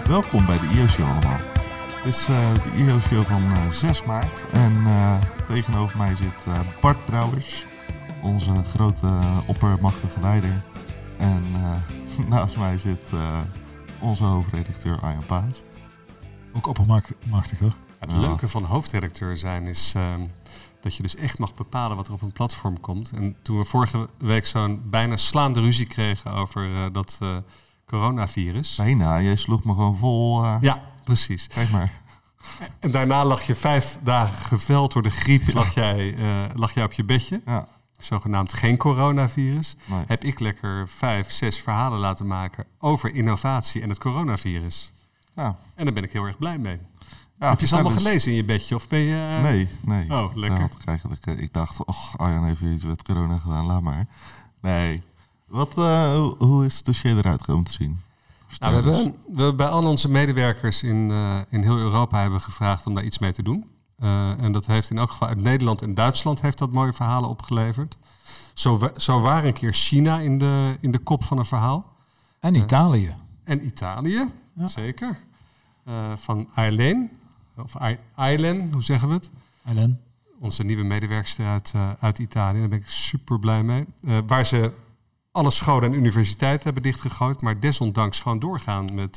Welkom bij de IO-show allemaal. Het is de IO-show van 6 maart en tegenover mij zit Bart Brouwers, onze grote oppermachtige leider. En naast mij zit onze hoofdredacteur Arjan Paans. Ook oppermachtig hoor. Het leuke van hoofdredacteur zijn is dat je dus echt mag bepalen wat er op een platform komt. En toen we vorige week zo'n bijna slaande ruzie kregen over dat coronavirus. Bijna, jij sloeg me gewoon vol. Ja, precies. Kijk maar. En daarna lag je 5 dagen geveld door de griep, lag jij op je bedje. Ja. Zogenaamd geen coronavirus. Nee. Heb ik lekker 5, 6 verhalen laten maken over innovatie en het coronavirus. Ja. En daar ben ik heel erg blij mee. Ja, heb je ze allemaal gelezen in je bedje? Of ben je, Nee. Oh, lekker. Had ik eigenlijk, ik dacht, Arjan heeft iets met corona gedaan, laat maar. Nee. Hoe is het dossier eruit komen te zien? Nou, we hebben bij al onze medewerkers in heel Europa hebben gevraagd om daar iets mee te doen. En dat heeft in elk geval uit Nederland en Duitsland heeft dat mooie verhalen opgeleverd. Zo waren een keer China in de kop van een verhaal. En Italië. En Italië, Ja. zeker. Van Aileen, of Aileen, hoe zeggen we het? Aileen. Onze nieuwe medewerkster uit Italië. Daar ben ik super blij mee. Waar ze alle scholen en universiteiten hebben dichtgegooid, maar desondanks gewoon doorgaan met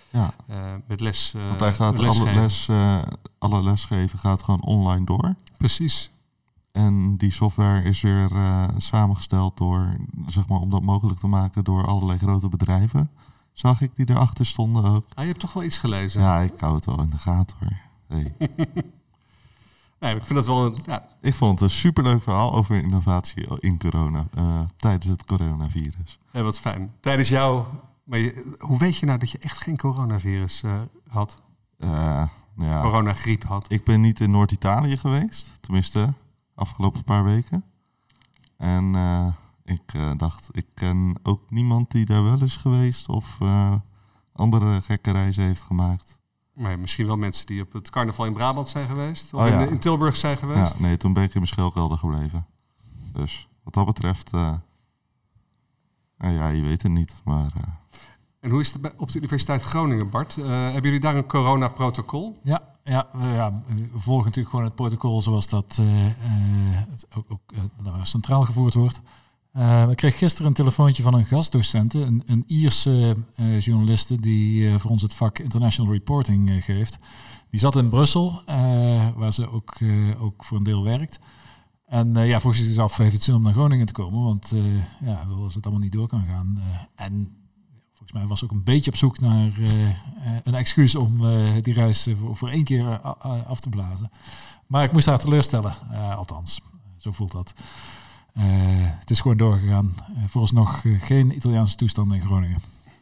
les. Want hij gaat alle lesgeven gaat gewoon online door. Precies. En die software is weer samengesteld door, zeg maar, om dat mogelijk te maken door allerlei grote bedrijven. Zag ik die erachter stonden ook. Ah, je hebt toch wel iets gelezen? Ja, ik hou het wel in de gaten hoor. Hey. Nee, ik vind dat wel Ik vond het een superleuk verhaal over innovatie in corona, tijdens het coronavirus. Ja, wat fijn. Tijdens jou. Maar hoe weet je nou dat je echt geen coronavirus had? Coronagriep had? Ik ben niet in Noord-Italië geweest, tenminste afgelopen paar weken. En ik dacht, ik ken ook niemand die daar wel is geweest of andere gekke reizen heeft gemaakt. Maar misschien wel mensen die op het carnaval in Brabant zijn geweest. Of in Tilburg zijn geweest. Ja, nee, toen ben ik in mijn schuilkelder gebleven. Dus wat dat betreft, je weet het niet. Maar, En hoe is het op de Universiteit Groningen, Bart? Hebben jullie daar een coronaprotocol? Ja, we volgen natuurlijk gewoon het protocol zoals dat ook centraal gevoerd wordt. Ik kreeg gisteren een telefoontje van een gastdocente, een Ierse journaliste die voor ons het vak International Reporting geeft. Die zat in Brussel, waar ze ook voor een deel werkt. En volgens zichzelf heeft het zin om naar Groningen te komen, want als het allemaal niet door kan gaan. En volgens mij was ze ook een beetje op zoek naar een excuus om die reis voor 1 keer af te blazen. Maar ik moest haar teleurstellen, althans. Zo voelt dat. Het is gewoon doorgegaan. Vooralsnog geen Italiaanse toestanden in Groningen.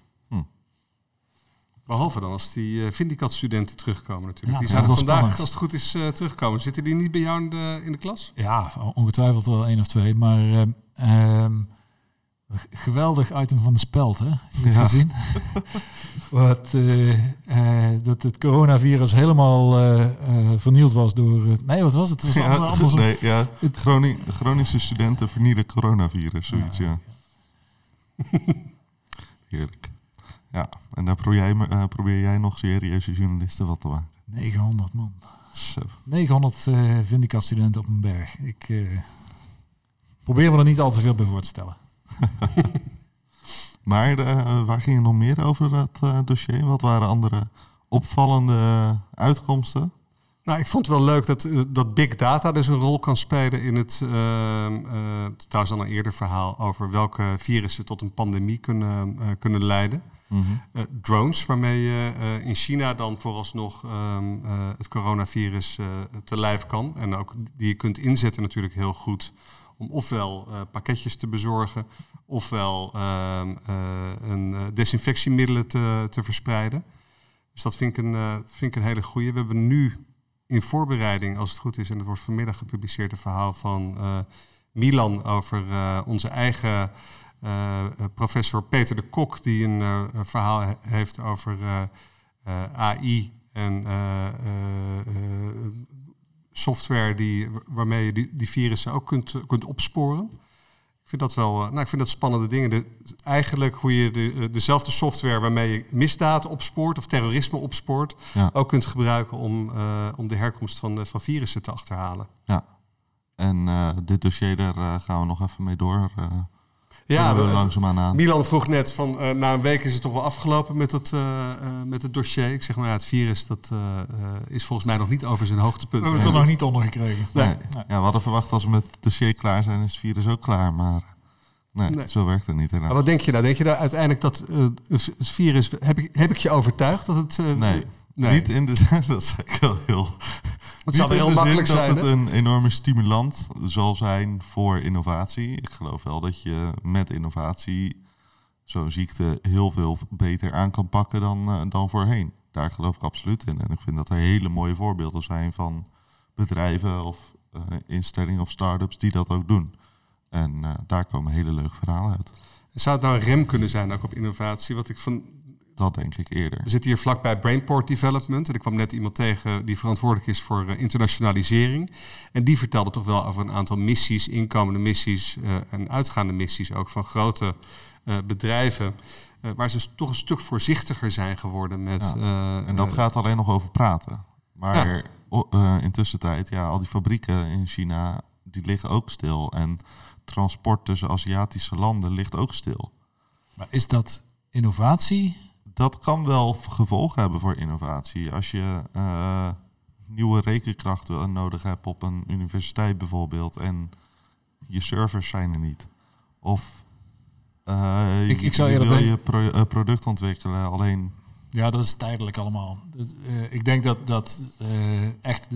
Behalve dan als die Vindicat-studenten terugkomen natuurlijk. Ja, die zouden vandaag, spannend. als het goed is, terugkomen. Zitten die niet bij jou in de klas? Ja, ongetwijfeld wel 1 of 2. Maar geweldig item van de Speld, hè? Heb je het gezien? Dat het coronavirus helemaal vernield was door... nee, wat was het? Het was andersom. Groningse studenten vernielen coronavirus, zoiets, ja. Heerlijk. Ja, en daar probeer jij nog serieuze journalisten wat te maken. 900 man. Zo. 900 Vindicat-studenten op een berg. Ik probeer me er niet al te veel bij voor te stellen. Maar waar ging je nog meer over dat dossier? Wat waren andere opvallende uitkomsten? Nou, ik vond het wel leuk dat big data dus een rol kan spelen in het trouwens al een eerder verhaal over welke virussen tot een pandemie kunnen leiden. Mm-hmm. Drones, waarmee je in China dan vooralsnog het coronavirus te lijf kan. En ook die je kunt inzetten natuurlijk heel goed om ofwel pakketjes te bezorgen, ofwel desinfectiemiddelen te verspreiden. Dus dat vind ik een hele goeie. We hebben nu in voorbereiding, als het goed is, en het wordt vanmiddag gepubliceerd, een verhaal van Milan over onze eigen professor Peter de Kok, die een verhaal heeft over AI en software waarmee je die virussen ook kunt opsporen. Ik vind dat wel, ik vind dat spannende dingen. Eigenlijk hoe je dezelfde software waarmee je misdaad opspoort of terrorisme opspoort, ook kunt gebruiken om de herkomst van virussen te achterhalen. Ja, en dit dossier, daar gaan we nog even mee door. Ja, we langzaamaan aan. Milan vroeg net van, na een week is het toch wel afgelopen met het dossier. Ik zeg maar, het virus dat is volgens mij nog niet over zijn hoogtepunt. We hebben het er nog niet onder gekregen. Nee. Ja, we hadden verwacht als we met het dossier klaar zijn, is het virus ook klaar. Maar nee. Zo werkt het niet. Maar wat denk je nou? Denk je nou uiteindelijk dat het virus... Heb ik je overtuigd dat het... Nee, niet in de... Dat zei ik wel heel... Het zou heel makkelijk zijn, dat het een enorme stimulant zal zijn voor innovatie. Ik geloof wel dat je met innovatie zo'n ziekte heel veel beter aan kan pakken dan voorheen. Daar geloof ik absoluut in. En ik vind dat er hele mooie voorbeelden zijn van bedrijven of instellingen of start-ups die dat ook doen. En daar komen hele leuke verhalen uit. Zou het nou een rem kunnen zijn ook op innovatie? Wat ik van... Dat denk ik eerder. We zitten hier vlakbij Brainport Development. En ik kwam net iemand tegen die verantwoordelijk is voor internationalisering. En die vertelde toch wel over een aantal missies, inkomende missies en uitgaande missies ook van grote bedrijven. Waar ze toch een stuk voorzichtiger zijn geworden met... en dat gaat alleen nog over praten. Maar intussen tijd, al die fabrieken in China, die liggen ook stil. En transport tussen Aziatische landen ligt ook stil. Maar is dat innovatie? Dat kan wel gevolgen hebben voor innovatie. Als je nieuwe rekenkracht nodig hebt op een universiteit bijvoorbeeld en je servers zijn er niet. Of ik zou eerder je product ontwikkelen, alleen... Ja, dat is tijdelijk allemaal. Ik denk dat echt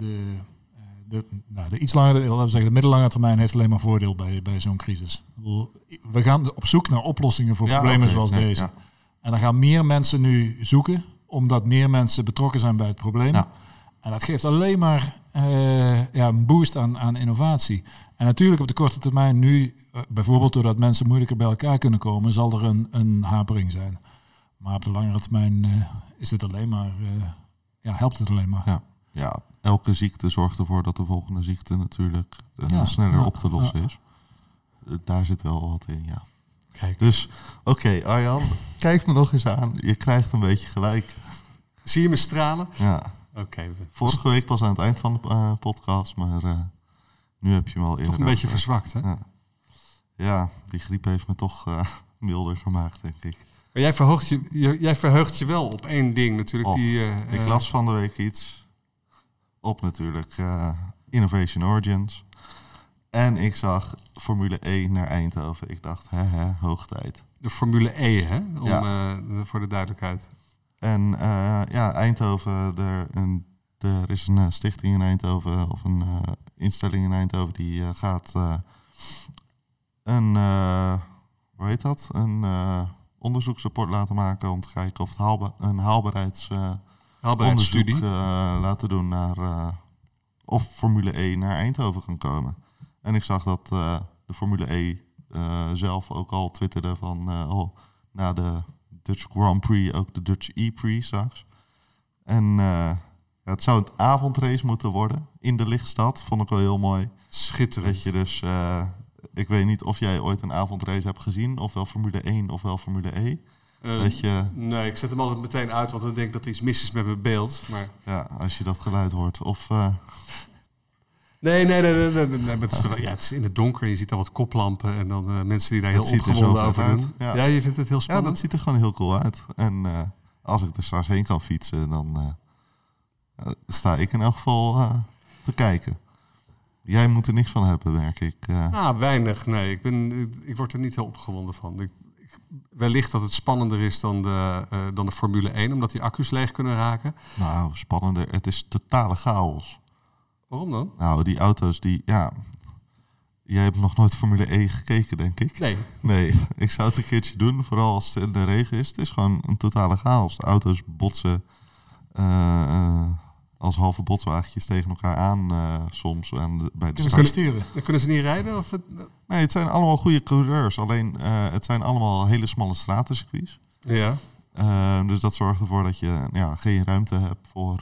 de iets langere, laten we zeggen, de middellange termijn heeft alleen maar voordeel bij zo'n crisis. We gaan op zoek naar oplossingen voor problemen zoals deze. Ja. En dan gaan meer mensen nu zoeken, omdat meer mensen betrokken zijn bij het probleem. Ja. En dat geeft alleen maar een boost aan innovatie. En natuurlijk op de korte termijn nu, bijvoorbeeld doordat mensen moeilijker bij elkaar kunnen komen, zal er een hapering zijn. Maar op de langere termijn is dit alleen maar, helpt het alleen maar. Ja, elke ziekte zorgt ervoor dat de volgende ziekte natuurlijk sneller op te lossen is. Daar zit wel wat in, ja. Kijk. Dus, oké, Arjan, kijk me nog eens aan. Je krijgt een beetje gelijk. Zie je me stralen? Ja. Okay. Vorige week pas aan het eind van de podcast, maar nu heb je hem al eerder... Toch een beetje verzwakt, hè? Ja, die griep heeft me toch milder gemaakt, denk ik. Maar jij verheugt je wel op één ding natuurlijk. Ik las van de week iets op natuurlijk Innovation Origins. En ik zag Formule E naar Eindhoven. Ik dacht, hoog tijd. De Formule E, hè? Voor de duidelijkheid. En Eindhoven, er is een stichting in Eindhoven, of een instelling in Eindhoven, die gaat een onderzoeksrapport laten maken om te kijken of het een haalbaarheidsonderzoek laten doen naar of Formule E naar Eindhoven kan komen. En ik zag dat de Formule E zelf ook al twitterde van na de Dutch Grand Prix ook de Dutch E-Prix straks. En het zou een avondrace moeten worden in de lichtstad. Vond ik wel heel mooi. Schitterend. Dat je dus, ik weet niet of jij ooit een avondrace hebt gezien, ofwel Formule 1 ofwel Formule E. Nee, ik zet hem altijd meteen uit, want dan denk ik dat er iets mis is met mijn beeld. Maar... Ja, als je dat geluid hoort. Of... Nee. Het is in het donker. Je ziet al wat koplampen en dan mensen die daar heel opgewonden over doen. Ja, je vindt het heel spannend? Ja, dat ziet er gewoon heel cool uit. En als ik er straks heen kan fietsen, dan sta ik in elk geval te kijken. Jij moet er niks van hebben, merk ik. Weinig. Nee, ik word er niet heel opgewonden van. Wellicht dat het spannender is dan de Formule 1, omdat die accu's leeg kunnen raken. Nou, spannender. Het is totale chaos. Waarom dan? Nou, die auto's jij hebt nog nooit Formule E gekeken, denk ik. Nee, ik zou het een keertje doen, vooral als het in de regen is. Het is gewoon een totale chaos. De auto's botsen als halve botswagentjes tegen elkaar aan soms. Bij de Dan kunnen ze niet rijden? Of Nee, het zijn allemaal goede coureurs. Alleen, het zijn allemaal hele smalle stratencircuits. Ja. Dus dat zorgt ervoor dat je geen ruimte hebt voor...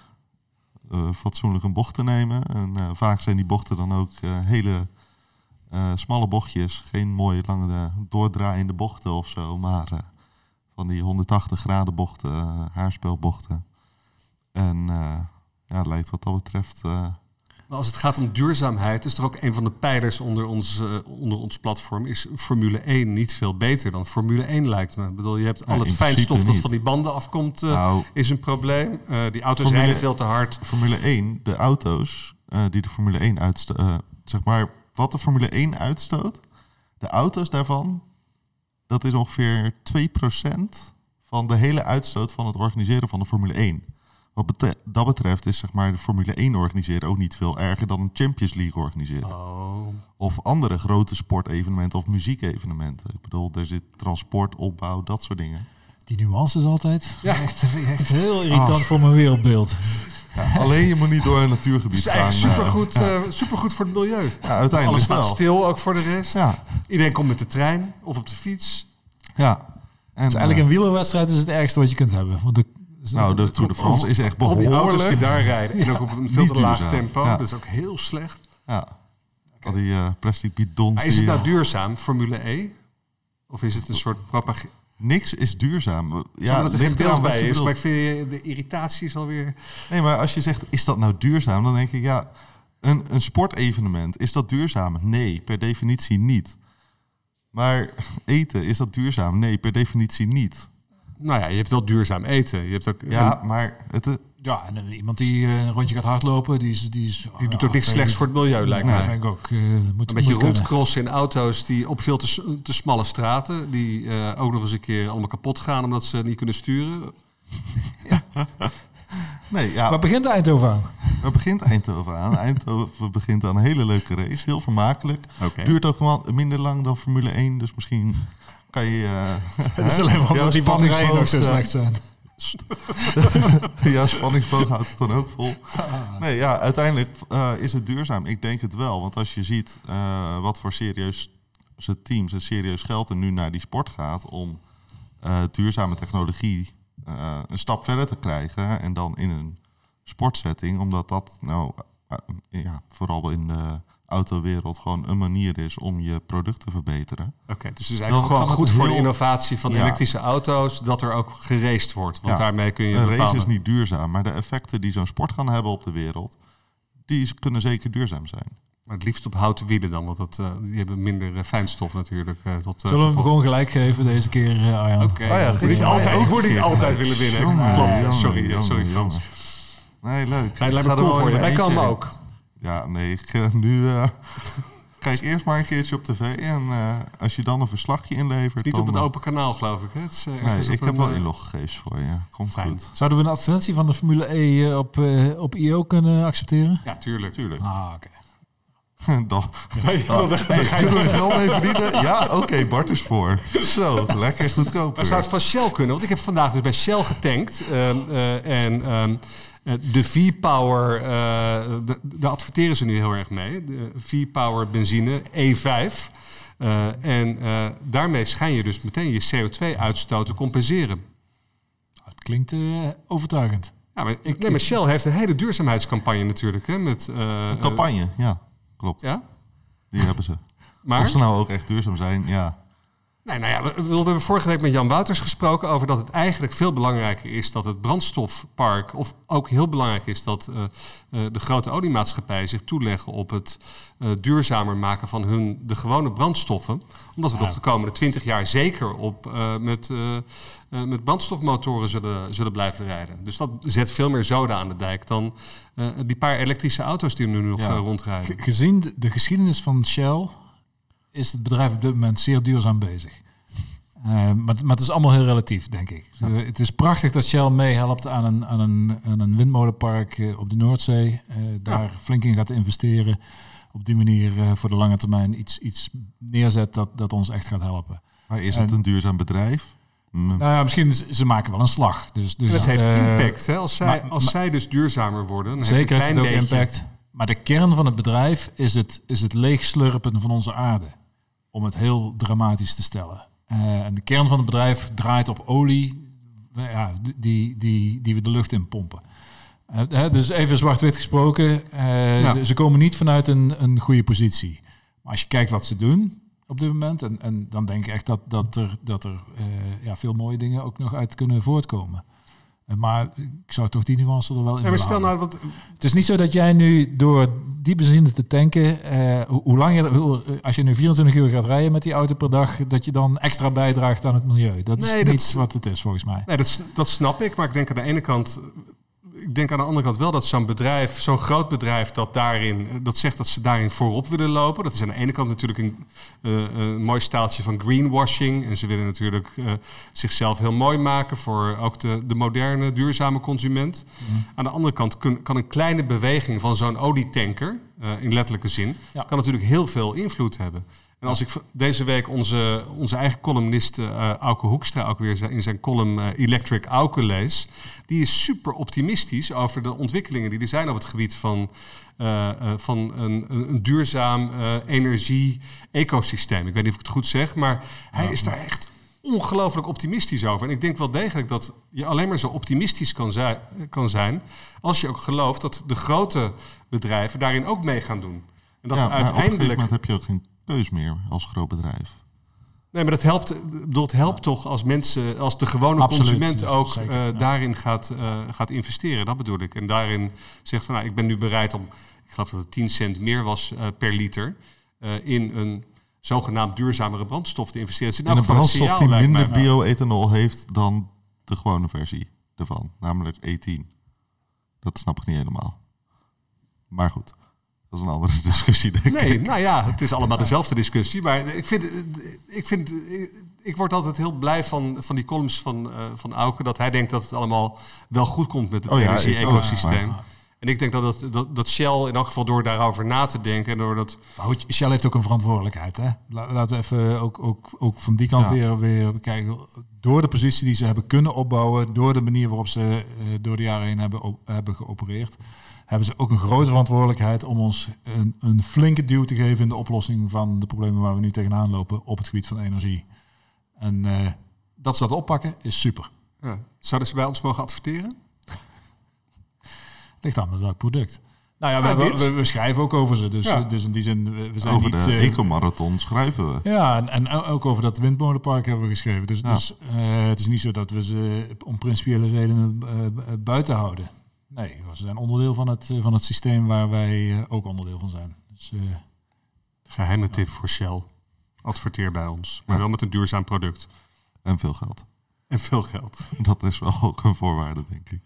fatsoenlijk een bocht te nemen. En vaak zijn die bochten dan ook hele Smalle bochtjes, geen mooie lange doordraaiende bochten of zo, maar van die 180 graden bochten, haarspelbochten. En het lijkt wat dat betreft... Maar als het gaat om duurzaamheid, is er ook een van de pijlers onder ons platform, is Formule 1 niet veel beter dan Formule 1 lijkt me. Ik bedoel, je hebt al het fijnstof dat van die banden afkomt, is een probleem. Die auto's rijden veel te hard. Formule 1, de auto's die de Formule 1 uitstoot, zeg maar, wat de Formule 1 uitstoot, de auto's daarvan, dat is ongeveer 2% van de hele uitstoot van het organiseren van de Formule 1. Wat dat betreft is zeg maar de Formule 1 organiseren ook niet veel erger dan een Champions League organiseren. Oh. Of andere grote sportevenementen of muziekevenementen. Ik bedoel, er zit transport, opbouw, dat soort dingen. Die nuance is altijd echt heel irritant voor mijn wereldbeeld. Ja, alleen je moet niet door een natuurgebied gaan. Het is eigenlijk supergoed voor het milieu. Ja, uiteindelijk alles staat wel. stil, ook voor de rest. Ja. Iedereen komt met de trein of op de fiets. Ja. En, dus eigenlijk een wielerwedstrijd is het ergste wat je kunt hebben. Want de Tour de France is echt behoorlijk. Al die auto's die daar rijden. En ook op een veel te laag tempo. Ja. Dat is ook heel slecht. Ja. Al die plastic bidons. Maar is het nou duurzaam, Formule E? Of is het een soort propaganda? Niks is duurzaam. Ja, dat er geen beeld bij is. Maar ik vind de irritatie is alweer... Nee, maar als je zegt, is dat nou duurzaam? Dan denk ik, ja, een sportevenement, is dat duurzaam? Nee, per definitie niet. Maar eten, is dat duurzaam? Nee, per definitie niet. Nou ja, je hebt wel duurzaam eten. Je hebt ook, maar... Ja, en iemand die een rondje gaat hardlopen, die doet ook niks slechts voor het milieu, lijkt me. Vind ik ook. Een beetje rondcrossen in auto's die op veel te smalle straten, die ook nog eens een keer allemaal kapot gaan omdat ze niet kunnen sturen. Nee, ja. Waar begint Eindhoven aan? Waar begint Eindhoven aan? Eindhoven begint aan een hele leuke race, heel vermakelijk. Okay. Duurt ook minder lang dan Formule 1, dus misschien kan je... Het is alleen maar omdat die batterijen nog zo slecht zijn. Ja, spanningsboog houdt het dan ook vol. Nee, ja, uiteindelijk is het duurzaam. Ik denk het wel, want als je ziet wat voor serieus teams en serieus geld er nu naar die sport gaat om duurzame technologie een stap verder te krijgen en dan in een sportsetting, omdat dat nou vooral in de autowereld gewoon een manier is om je product te verbeteren. Oké, dus het is eigenlijk gewoon goed voor de innovatie van elektrische auto's dat er ook geraced wordt. Want daarmee kun je een bepalen. race is niet duurzaam, maar de effecten die zo'n sport kan hebben op de wereld, die kunnen zeker duurzaam zijn. Maar het liefst op houten wielen dan, want die hebben minder fijnstof natuurlijk. Zullen we hem gewoon gelijk geven deze keer, Arjan? Oké. Ik word niet altijd willen winnen. Klopt, sorry Frans. Nee, leuk. Hij lijkt me cool voor je. Wij kan hem ook. Ja, nee, nu kijk eerst maar een keertje op tv en als je dan een verslagje inlevert... Het is niet dan, op het open kanaal, geloof ik. Hè? Het is, nee, ik heb wel inloggegevens voor je. Komt fijn. goed. Zouden we een advertentie van de Formule E op IO kunnen accepteren? Ja, tuurlijk. Ah, oké. Dan kunnen we geld mee verdienen? Ja, oké, Bart is voor. Zo, lekker goedkoper. Maar zou het van Shell kunnen? Want ik heb vandaag dus bij Shell getankt. De V-Power, daar adverteren ze nu heel erg mee. De V-Power benzine E5. Daarmee schijn je dus meteen je CO2-uitstoot te compenseren. Het klinkt overtuigend. Ja, maar Shell heeft een hele duurzaamheidscampagne natuurlijk. Hè, met, een campagne, ja, klopt. Ja? Die hebben ze. Maar? Of ze nou ook echt duurzaam zijn, ja. Nee, nou ja, we hebben vorige week met Jan Wouters gesproken over dat het eigenlijk veel belangrijker is dat het brandstofpark, of ook heel belangrijk is dat de grote oliemaatschappijen zich toeleggen op het duurzamer maken van de gewone brandstoffen. Omdat we nog de komende 20 jaar zeker met brandstofmotoren zullen blijven rijden. Dus dat zet veel meer zoden aan de dijk dan die paar elektrische auto's die nu nog rondrijden. Gezien de geschiedenis van Shell is het bedrijf op dit moment zeer duurzaam bezig. Maar het is allemaal heel relatief, denk ik. Ja. Het is prachtig dat Shell meehelpt aan een windmolenpark op de Noordzee. Daar flink in gaat investeren. Op die manier voor de lange termijn iets neerzet dat ons echt gaat helpen. Maar is het een duurzaam bedrijf? Nou ja, misschien ze maken wel een slag. Dus het heeft impact. Hè? Als zij dus duurzamer worden, dan zeker heeft het een klein ook impact. Maar de kern van het bedrijf is het leegslurpen van onze aarde. Om het heel dramatisch te stellen. En de kern van het bedrijf draait op olie die we de lucht in pompen. Dus even zwart-wit gesproken. Ze komen niet vanuit een goede positie. Maar als je kijkt wat ze doen op dit moment, en dan denk ik echt dat er veel mooie dingen ook nog uit kunnen voortkomen. Maar ik zou toch die nuance er wel in willen houden. Het is niet zo dat jij nu door die benzine te tanken, als je nu 24 uur gaat rijden met die auto per dag, dat je dan extra bijdraagt aan het milieu. Dat is niet wat het is volgens mij. Nee, dat snap ik. Maar ik denk aan de ene kant... Ik denk aan de andere kant wel dat zo'n groot bedrijf dat zegt dat ze daarin voorop willen lopen. Dat is aan de ene kant natuurlijk een mooi staaltje van greenwashing. En ze willen natuurlijk zichzelf heel mooi maken voor ook de moderne, duurzame consument. Aan de andere kant kan een kleine beweging van zo'n olietanker, in letterlijke zin, kan natuurlijk heel veel invloed hebben. En als ik deze week onze eigen columnist Auke Hoekstra ook weer in zijn column Electric Auke lees, die is super optimistisch over de ontwikkelingen die er zijn op het gebied van een duurzaam energie-ecosysteem. Ik weet niet of ik het goed zeg, maar hij is daar echt ongelooflijk optimistisch over. En ik denk wel degelijk dat je alleen maar zo optimistisch kan zijn als je ook gelooft dat de grote bedrijven daarin ook mee gaan doen. En dat uiteindelijk... op een gegeven moment heb je ook geen keus meer als groot bedrijf. Nee, maar het helpt toch als mensen, als de gewone consument ook daarin gaat investeren. Dat bedoel ik. En daarin zegt van, ik ben nu bereid om, ik geloof dat het 10 cent meer was per liter, in een zogenaamd duurzamere brandstof te investeren. In een brandstof die minder bio-ethanol heeft dan de gewone versie ervan, namelijk E10. Dat snap ik niet helemaal. Maar goed. Dat is een andere discussie, denk ik. Nou ja, het is allemaal dezelfde discussie. Maar ik word altijd heel blij van die columns van Auke, dat hij denkt dat het allemaal wel goed komt met het energie-ecosysteem. En ik denk dat Shell in elk geval door daarover na te denken en door dat... Shell heeft ook een verantwoordelijkheid, hè? Laten we even ook van die kant weer bekijken. Door de positie die ze hebben kunnen opbouwen, door de manier waarop ze door de jaren heen hebben geopereerd, hebben ze ook een grote verantwoordelijkheid om ons een flinke duw te geven in de oplossing van de problemen waar we nu tegenaan lopen op het gebied van energie. En dat ze dat oppakken is super. Ja. Zouden ze bij ons mogen adverteren? Ligt aan met welk product. Nou ja, we schrijven ook over ze. Dus in die zin, we zijn over niet... de ecomarathon schrijven we. Ja, en ook over dat windmolenpark hebben we geschreven. Dus het is niet zo dat we ze om principiële redenen buiten houden. Nee, ze zijn onderdeel van het systeem waar wij ook onderdeel van zijn. Dus, geheime tip voor Shell. Adverteer bij ons. Maar wel met een duurzaam product. En veel geld. En veel geld. Dat is wel ook een voorwaarde, denk ik.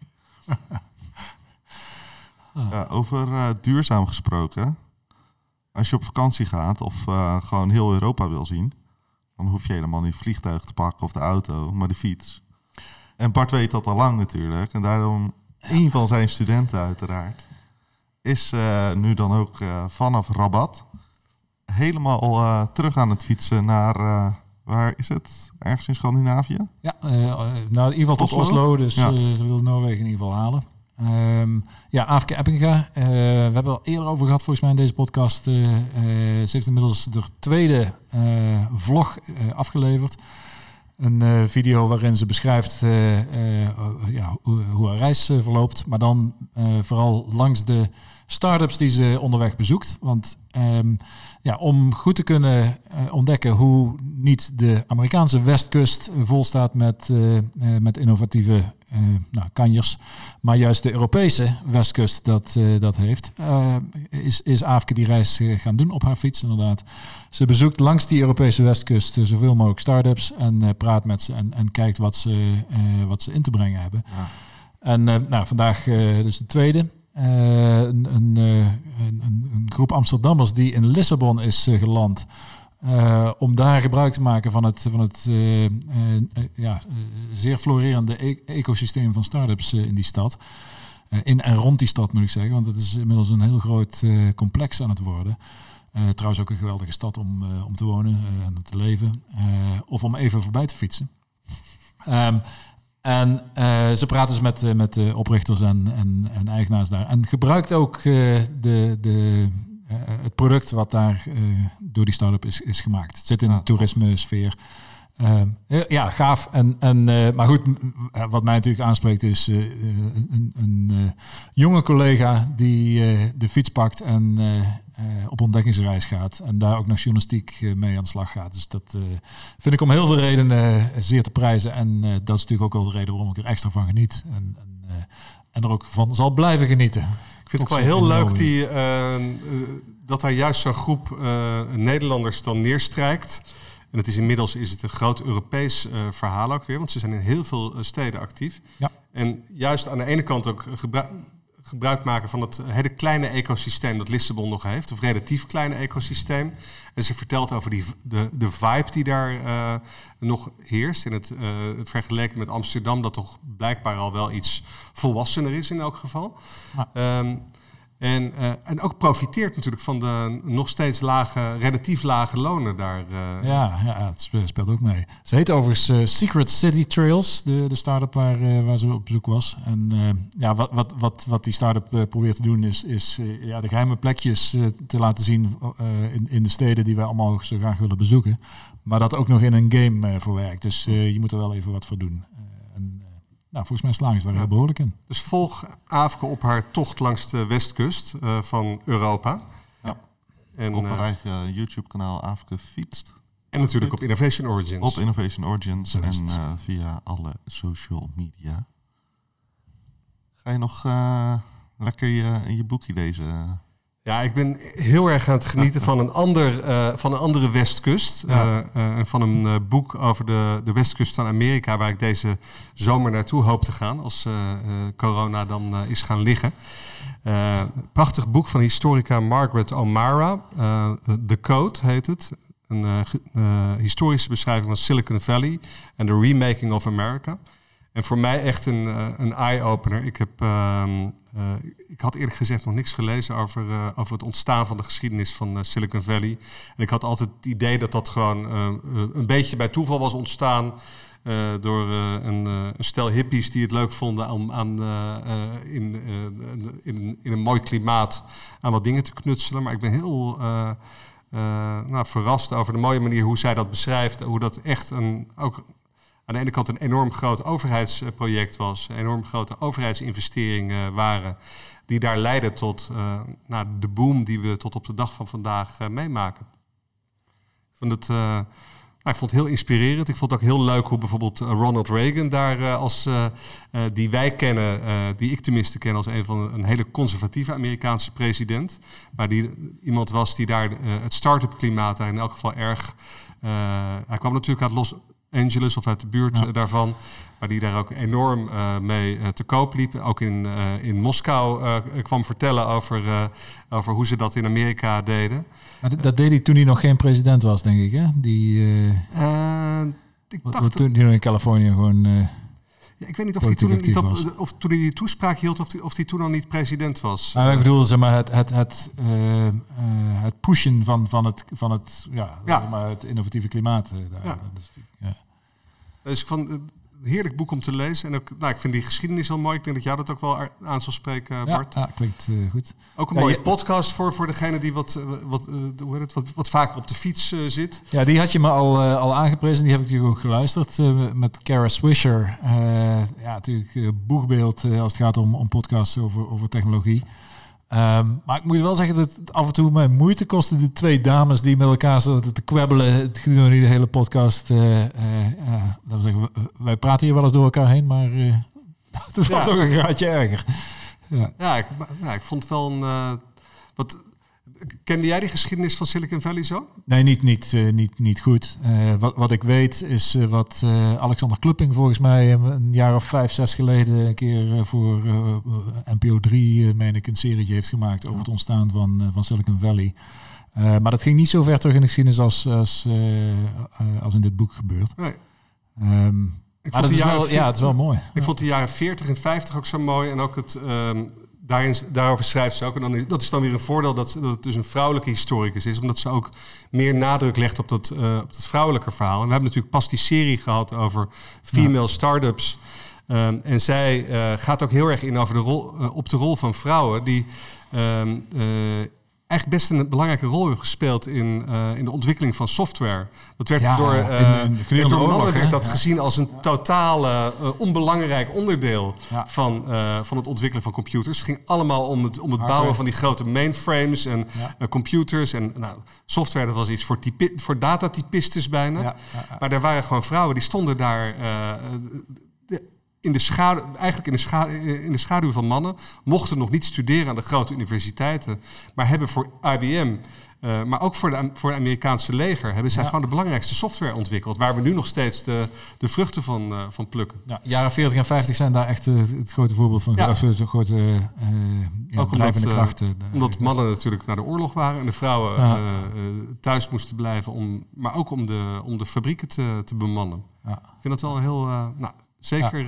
Over duurzaam gesproken. Als je op vakantie gaat of gewoon heel Europa wil zien, dan hoef je helemaal niet het vliegtuig te pakken of de auto, maar de fiets. En Bart weet dat al lang natuurlijk. En daarom een van zijn studenten uiteraard is nu dan ook vanaf Rabat helemaal terug aan het fietsen naar, waar is het? Ergens in Scandinavië? Ja, in ieder geval tot Oslo. Dus ze wil Noorwegen in ieder geval halen. Aafke Eppinga. We hebben al eerder over gehad volgens mij in deze podcast. Ze heeft inmiddels de tweede vlog afgeleverd. Een video waarin ze beschrijft hoe haar reis verloopt. Maar dan vooral langs de start-ups die ze onderweg bezoekt. Want om goed te kunnen ontdekken hoe niet de Amerikaanse westkust vol staat met innovatieve kanjers, maar juist de Europese westkust dat heeft, is Aafke die reis gaan doen op haar fiets inderdaad. Ze bezoekt langs die Europese westkust zoveel mogelijk start-ups en praat met ze en kijkt wat ze in te brengen hebben. Ja. En vandaag dus de tweede. Een groep Amsterdammers die in Lissabon is geland. Om daar gebruik te maken van het zeer florerende ecosysteem van start-ups in die stad. In en rond die stad moet ik zeggen, want het is inmiddels een heel groot complex aan het worden. Trouwens ook een geweldige stad om te wonen en om te leven. Of om even voorbij te fietsen. En ze praten dus met de oprichters en eigenaars daar. En gebruikt ook het product wat daar door die start-up is gemaakt. Het zit in de toerisme-sfeer. Gaaf. Maar goed, wat mij natuurlijk aanspreekt is een jonge collega die de fiets pakt op ontdekkingsreis gaat. En daar ook nog journalistiek mee aan de slag gaat. Dus dat vind ik om heel veel redenen zeer te prijzen. En dat is natuurlijk ook wel de reden waarom ik er extra van geniet. En er ook van zal blijven genieten. Ik vind het wel heel leuk dat daar juist zo'n groep Nederlanders dan neerstrijkt. En inmiddels is het een groot Europees verhaal ook weer. Want ze zijn in heel veel steden actief. Ja. En juist aan de ene kant ook gebruik maken van het hele kleine ecosysteem dat Lissabon nog heeft. Of relatief kleine ecosysteem. En ze vertelt over de vibe die daar nog heerst. In het vergeleken met Amsterdam, dat toch blijkbaar al wel iets volwassener is in elk geval. Ja. En ook profiteert natuurlijk van de nog steeds relatief lage lonen daar. Ja, het speelt ook mee. Ze heet overigens Secret City Trails, de start-up waar ze op bezoek was. En wat die start-up probeert te doen is de geheime plekjes te laten zien in de steden die wij allemaal zo graag willen bezoeken. Maar dat ook nog in een game verwerkt. Dus je moet er wel even wat voor doen. Volgens mij slagen ze daar heel behoorlijk in. Dus volg Aafke op haar tocht langs de westkust van Europa. Ja. En op haar eigen YouTube-kanaal Aafke fietst. En natuurlijk op Innovation Origins. Op Innovation Origins en via alle social media. Ga je nog lekker je boekje lezen? Ja, ik ben heel erg aan het genieten van een andere westkust. Ja. Van een boek over de westkust van Amerika, waar ik deze zomer naartoe hoop te gaan, als corona dan is gaan liggen. Prachtig boek van historica Margaret O'Mara. The Code heet het. Een historische beschrijving van Silicon Valley en de remaking of America. En voor mij echt een eye-opener. Ik had eerlijk gezegd nog niks gelezen over het ontstaan van de geschiedenis van Silicon Valley. En ik had altijd het idee dat gewoon een beetje bij toeval was ontstaan door een stel hippies die het leuk vonden om in een mooi klimaat aan wat dingen te knutselen. Maar ik ben heel verrast over de mooie manier hoe zij dat beschrijft. Hoe dat echt ook aan de ene kant een enorm groot overheidsproject was. Enorm grote overheidsinvesteringen waren. Die daar leiden tot de boom die we tot op de dag van vandaag meemaken. Ik vond het heel inspirerend. Ik vond het ook heel leuk hoe bijvoorbeeld Ronald Reagan daar die wij kennen, die ik tenminste ken als een hele conservatieve Amerikaanse president. Maar die iemand was die daar het start-up klimaat daar in elk geval erg. Hij kwam natuurlijk uit Los Angeles of uit de buurt daarvan, maar die daar ook enorm mee te koop liep. Ook in Moskou kwam vertellen over hoe ze dat in Amerika deden. Maar dat deed hij toen hij nog geen president was, denk ik, hè? Ik dacht toen hij nog in Californië gewoon. Ik weet niet of toen hij die toespraak hield of hij toen al niet president was. Nou, ik bedoel, zeg maar, het pushen van het innovatieve klimaat. Dus ik vond het een heerlijk boek om te lezen. En ook, ik vind die geschiedenis heel mooi. Ik denk dat jou dat ook wel aan zal spreken, Bart. Ja, klinkt goed. Ook een mooie podcast voor degene die wat vaker op de fiets zit. Ja, die had je me al aangeprezen. Die heb ik natuurlijk ook geluisterd met Kara Swisher. Natuurlijk boegbeeld als het gaat om podcasts over technologie. Maar ik moet wel zeggen dat het af en toe mijn moeite kostte. De twee dames die met elkaar zaten te kwebbelen. Het gedurende de hele podcast. Dat zeggen, wij praten hier wel eens door elkaar heen, maar dat was nog een graadje erger. Ik vond wel kende jij die geschiedenis van Silicon Valley zo? Nee, niet goed. Wat ik weet is wat Alexander Klupping volgens mij een jaar of 5, 6 geleden een keer voor NPO 3, meen ik, een serietje heeft gemaakt over het ontstaan van Silicon Valley. Maar dat ging niet zo ver terug in de geschiedenis als in dit boek gebeurt. Nee. Het is wel mooi. Ik vond de jaren 40 en 50 ook zo mooi. En ook het daarover schrijft ze ook. En dat is dan weer een voordeel dat het dus een vrouwelijke historicus is. Omdat ze ook meer nadruk legt op dat vrouwelijke verhaal. En we hebben natuurlijk pas die serie gehad over female startups. En zij gaat ook heel erg in over op de rol van vrouwen. Die eigenlijk best een belangrijke rol hebben gespeeld in de ontwikkeling van software. Dat werd door mannen werd dat gezien als een totale onbelangrijk onderdeel van het ontwikkelen van computers. Het ging allemaal om het bouwen van die grote mainframes en computers. En software, dat was iets voor datatypistes bijna. Ja. Maar er waren gewoon vrouwen die stonden daar in de schaduw van mannen, mochten nog niet studeren aan de grote universiteiten, maar hebben voor IBM, maar ook voor de Amerikaanse leger, hebben zij gewoon de belangrijkste software ontwikkeld, waar we nu nog steeds de vruchten van plukken. Ja, jaren 40 en 50 zijn daar echt het grote voorbeeld van. Ja. Zo'n grote drijvende krachten. Omdat mannen natuurlijk naar de oorlog waren en de vrouwen thuis moesten blijven, maar ook om de fabrieken te bemannen. Ja. Ik vind dat wel een heel... Zeker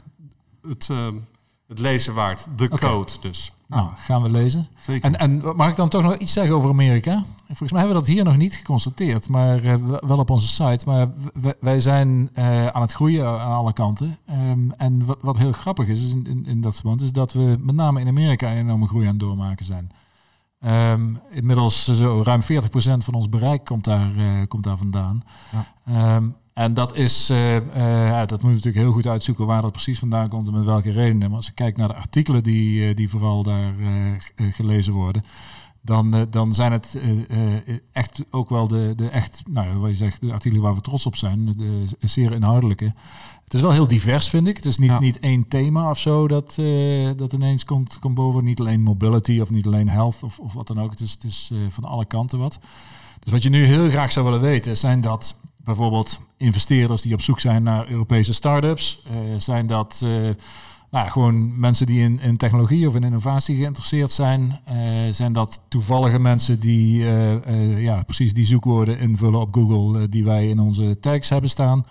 het lezen waard. De code dus. Nou, gaan we lezen. Zeker. En mag ik dan toch nog iets zeggen over Amerika? Volgens mij hebben we dat hier nog niet geconstateerd, maar wel op onze site. Maar wij zijn aan het groeien aan alle kanten. En wat heel grappig is in dat verband, is dat we met name in Amerika een enorme groei aan het doormaken zijn. Inmiddels zo ruim 40% van ons bereik komt daar vandaan. Ja. En dat is, dat moet je natuurlijk heel goed uitzoeken waar dat precies vandaan komt en met welke redenen. Maar als je kijkt naar de artikelen die vooral daar gelezen worden, dan zijn het echt ook wel de artikelen waar we trots op zijn, de zeer inhoudelijke. Het is wel heel divers, vind ik. Het is niet één thema of zo dat ineens komt boven. Niet alleen mobility of niet alleen health of wat dan ook. Het is van alle kanten wat. Dus wat je nu heel graag zou willen weten, zijn dat bijvoorbeeld investeerders die op zoek zijn naar Europese start-ups. Zijn dat gewoon mensen die in technologie of in innovatie geïnteresseerd zijn. Zijn dat toevallige mensen die precies die zoekwoorden invullen op Google die wij in onze tags hebben staan.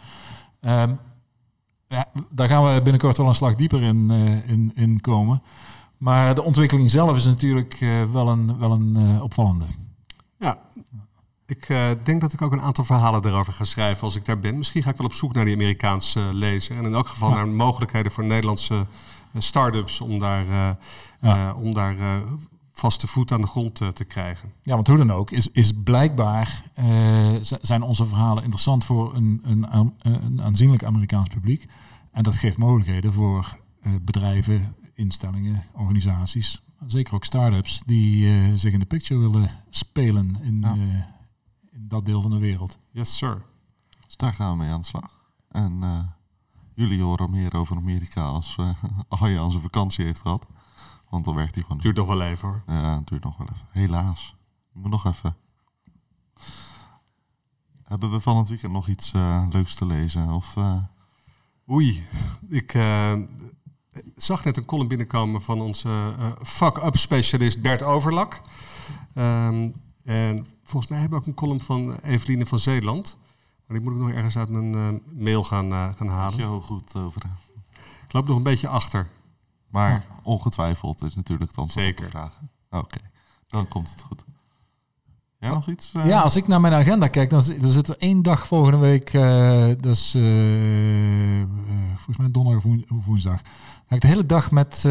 Daar gaan we binnenkort wel een slag dieper in komen. Maar de ontwikkeling zelf is natuurlijk wel een opvallende. Ja. Ik denk dat ik ook een aantal verhalen daarover ga schrijven als ik daar ben. Misschien ga ik wel op zoek naar die Amerikaanse lezer. En in elk geval naar mogelijkheden voor Nederlandse start-ups om daar vaste voet aan de grond te krijgen. Ja, want hoe dan ook is blijkbaar zijn onze verhalen interessant voor een aanzienlijk Amerikaans publiek. En dat geeft mogelijkheden voor bedrijven, instellingen, organisaties, zeker ook start-ups die zich in de picture willen spelen in dat deel van de wereld. Yes, sir. Dus daar gaan we mee aan de slag. En jullie horen meer over Amerika als Arjan aan zijn vakantie heeft gehad. Want dan werkt hij gewoon. Duurt nog wel even hoor. Ja, het duurt nog wel even. Helaas. Je moet nog even. Hebben we van het weekend nog iets leuks te lezen? Of, Oei. Ik zag net een column binnenkomen van onze fuck-up specialist Bert Overlak. En volgens mij hebben we ook een column van Eveline van Zeeland. Maar die moet ik nog ergens uit mijn mail gaan halen. Heel goed over. Ik loop nog een beetje achter. Maar ongetwijfeld is natuurlijk dan zeker vragen. Oké, dan komt het goed. Jij nog iets? Ja, als ik naar mijn agenda kijk, dan zit er 1 dag volgende week. Dus volgens mij donderdag of woensdag. Dan ga ik de hele dag met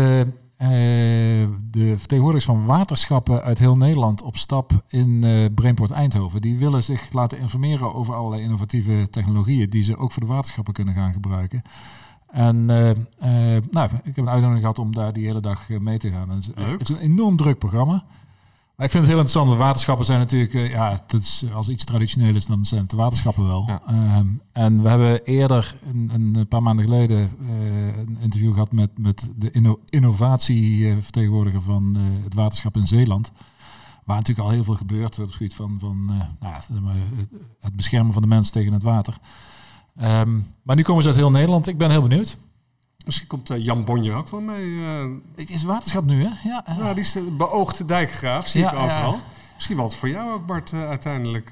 de vertegenwoordigers van waterschappen uit heel Nederland op stap in Brainport Eindhoven. Die willen zich laten informeren over allerlei innovatieve technologieën die ze ook voor de waterschappen kunnen gaan gebruiken. En ik heb een uitnodiging gehad om daar die hele dag mee te gaan. En het is een enorm druk programma. Maar ik vind het heel interessant. De waterschappen zijn natuurlijk, dat is, als iets traditioneel is, dan zijn het de waterschappen wel. Ja. En we hebben eerder, een paar maanden geleden, een interview gehad met de innovatievertegenwoordiger van het waterschap in Zeeland. Waar natuurlijk al heel veel gebeurt op het gebied van het beschermen van de mens tegen het water. Maar nu komen ze uit heel Nederland. Ik ben heel benieuwd. Misschien komt Jan Bonjer ook wel mee. Het is waterschap nu, hè? Ja, die is de beoogde dijkgraaf, zie ik overal. Ja. Misschien wel het voor jou ook, Bart, uiteindelijk.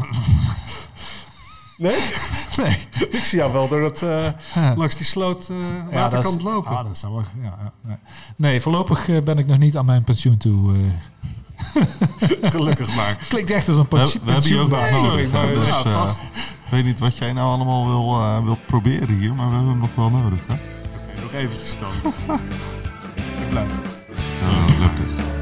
Nee? Nee. Ik zie jou wel door dat langs die sloot waterkant lopen. Dat zou wel. Nee, voorlopig ben ik nog niet aan mijn pensioen toe. Gelukkig maar. Klinkt echt als een pensioen. We hebben je ook nodig. Dus, ik weet niet wat jij nou allemaal wil proberen hier, maar we hebben hem nog wel nodig. Hè? Oké, nog eventjes dan. Ik blijf. Gelukkig.